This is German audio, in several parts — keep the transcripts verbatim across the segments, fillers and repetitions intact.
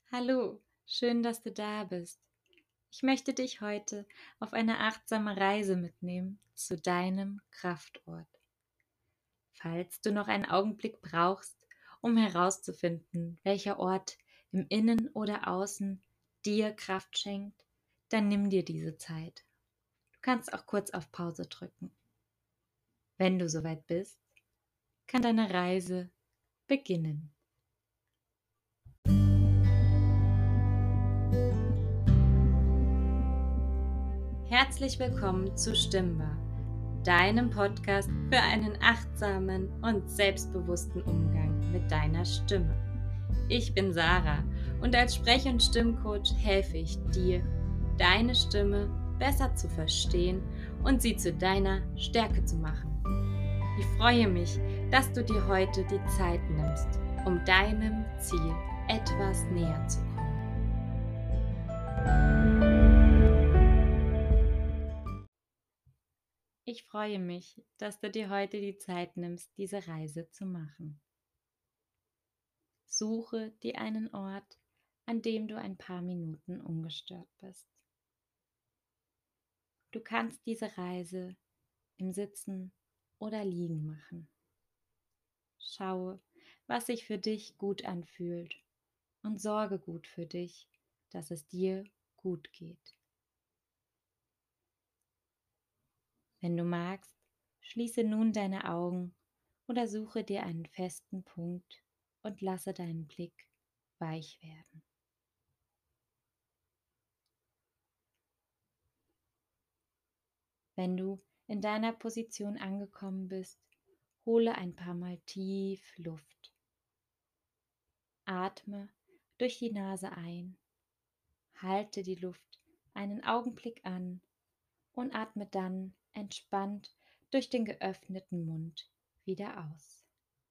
Hallo, schön, dass du da bist. Ich möchte dich heute auf eine achtsame Reise mitnehmen zu deinem Kraftort. Falls du noch einen Augenblick brauchst, um herauszufinden, welcher Ort im Innen oder Außen dir Kraft schenkt, dann nimm dir diese Zeit. Du kannst auch kurz auf Pause drücken. Wenn du soweit bist, kann deine Reise beginnen. Herzlich willkommen zu Stimmbar, deinem Podcast für einen achtsamen und selbstbewussten Umgang mit deiner Stimme. Ich bin Sarah und als Sprech- und Stimmcoach helfe ich dir, deine Stimme besser zu verstehen und sie zu deiner Stärke zu machen. Ich freue mich, dass du dir heute die Zeit nimmst, um deinem Ziel etwas näher zu kommen. Ich freue mich, dass du dir heute die Zeit nimmst, diese Reise zu machen. Suche dir einen Ort, an dem du ein paar Minuten ungestört bist. Du kannst diese Reise im Sitzen oder Liegen machen. Schaue, was sich für dich gut anfühlt und sorge gut für dich, dass es dir gut geht. Wenn du magst, schließe nun deine Augen oder suche dir einen festen Punkt und lasse deinen Blick weich werden. Wenn du in deiner Position angekommen bist, hole ein paar Mal tief Luft. Atme durch die Nase ein, halte die Luft einen Augenblick an und atme dann entspannt durch den geöffneten Mund wieder aus.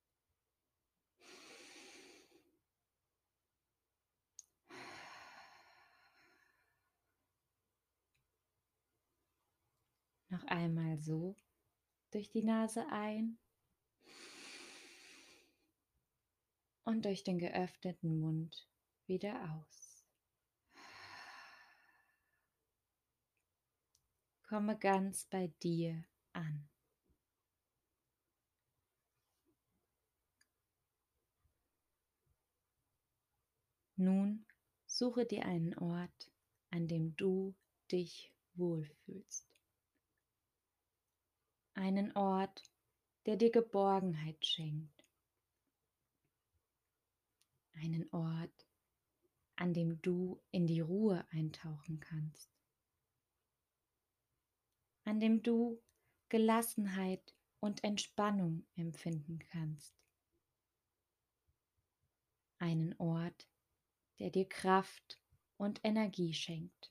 Noch einmal so durch die Nase ein und durch den geöffneten Mund wieder aus. Komme ganz bei dir an. Nun suche dir einen Ort, an dem du dich wohlfühlst. Einen Ort, der dir Geborgenheit schenkt. Einen Ort, an dem du in die Ruhe eintauchen kannst. An dem du Gelassenheit und Entspannung empfinden kannst. Einen Ort, der dir Kraft und Energie schenkt.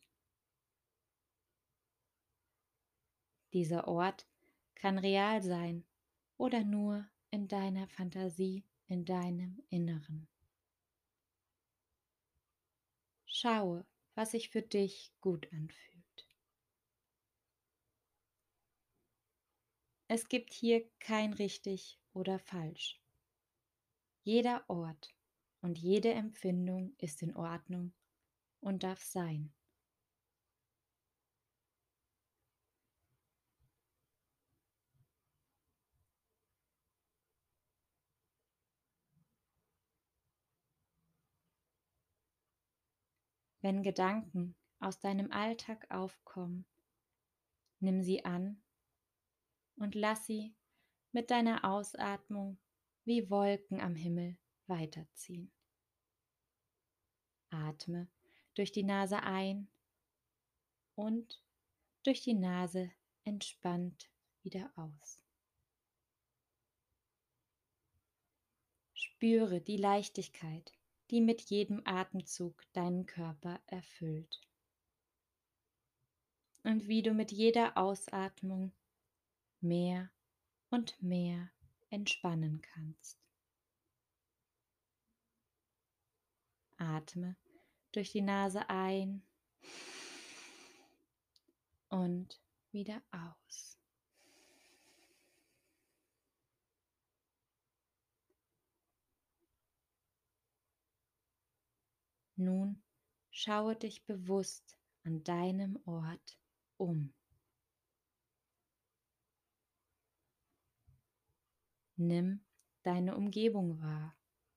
Dieser Ort kann real sein oder nur in deiner Fantasie, in deinem Inneren. Schaue, was sich für dich gut anfühlt. Es gibt hier kein richtig oder falsch. Jeder Ort und jede Empfindung ist in Ordnung und darf sein. Wenn Gedanken aus deinem Alltag aufkommen, nimm sie an und lass sie mit deiner Ausatmung wie Wolken am Himmel weiterziehen. Atme durch die Nase ein und durch die Nase entspannt wieder aus. Spüre die Leichtigkeit, die mit jedem Atemzug deinen Körper erfüllt. Und wie du mit jeder Ausatmung mehr und mehr entspannen kannst. Atme durch die Nase ein und wieder aus. Nun schaue dich bewusst an deinem Ort um. Nimm deine Umgebung wahr.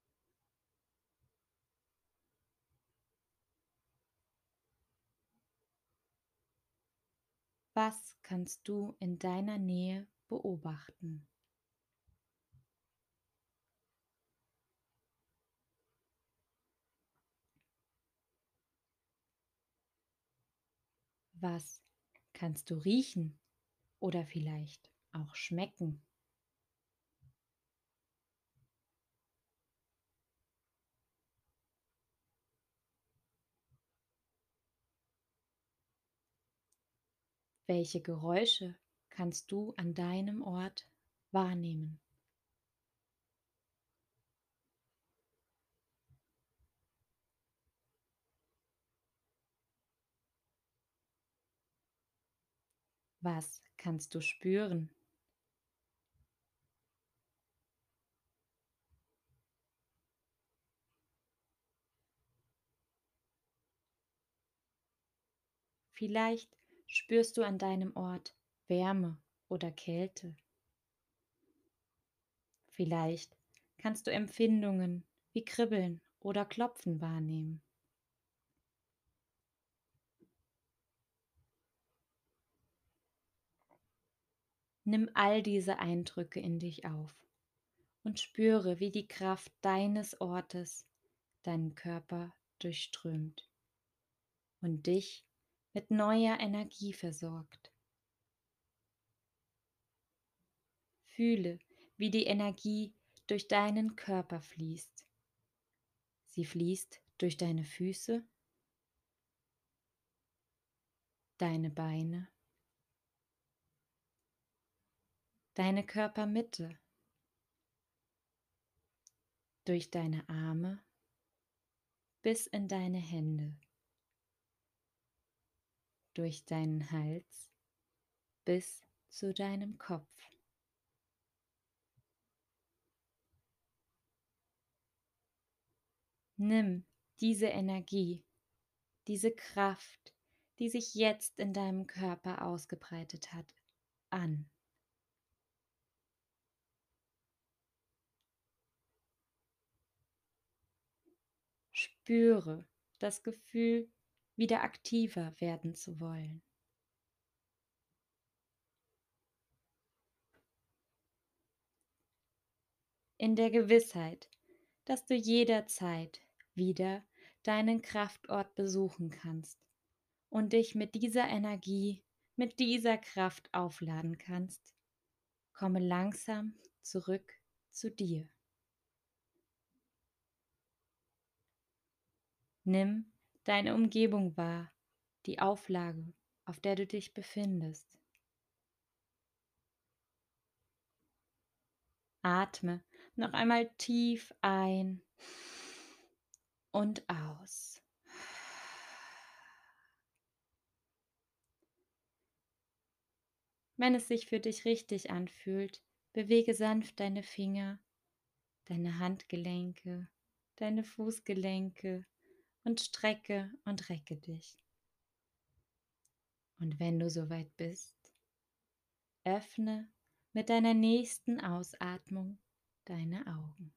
Was kannst du in deiner Nähe beobachten? Was kannst du riechen oder vielleicht auch schmecken? Welche Geräusche kannst du an deinem Ort wahrnehmen? Was kannst du spüren? Vielleicht spürst du an deinem Ort Wärme oder Kälte. Vielleicht kannst du Empfindungen wie Kribbeln oder Klopfen wahrnehmen. Nimm all diese Eindrücke in dich auf und spüre, wie die Kraft deines Ortes deinen Körper durchströmt und dich mit neuer Energie versorgt. Fühle, wie die Energie durch deinen Körper fließt. Sie fließt durch deine Füße, deine Beine, deine Körpermitte, durch deine Arme bis in deine Hände, durch deinen Hals bis zu deinem Kopf. Nimm diese Energie, diese Kraft, die sich jetzt in deinem Körper ausgebreitet hat, an. Spüre das Gefühl, wieder aktiver werden zu wollen. In der Gewissheit, dass du jederzeit wieder deinen Kraftort besuchen kannst und dich mit dieser Energie, mit dieser Kraft aufladen kannst, komme langsam zurück zu dir. Nimm deine Umgebung wahr, die Auflage, auf der du dich befindest. Atme noch einmal tief ein und aus. Wenn es sich für dich richtig anfühlt, bewege sanft deine Finger, deine Handgelenke, deine Fußgelenke und strecke und recke dich. Und wenn du soweit bist, öffne mit deiner nächsten Ausatmung deine Augen.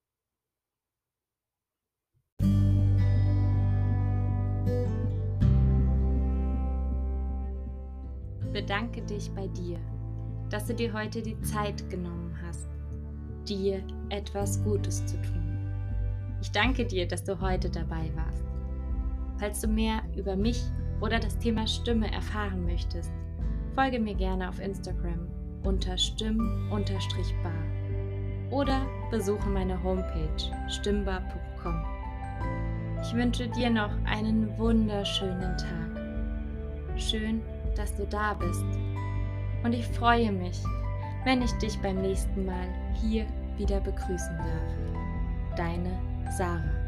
Bedanke dich bei dir, dass du dir heute die Zeit genommen hast, dir etwas Gutes zu tun. Ich danke dir, dass du heute dabei warst. Falls du mehr über mich oder das Thema Stimme erfahren möchtest, folge mir gerne auf Instagram unter stimm-bar oder besuche meine Homepage stimmbar punkt com. Ich wünsche dir noch einen wunderschönen Tag. Schön, dass du da bist. Und ich freue mich, wenn ich dich beim nächsten Mal hier wieder begrüßen darf. Deine Sarah.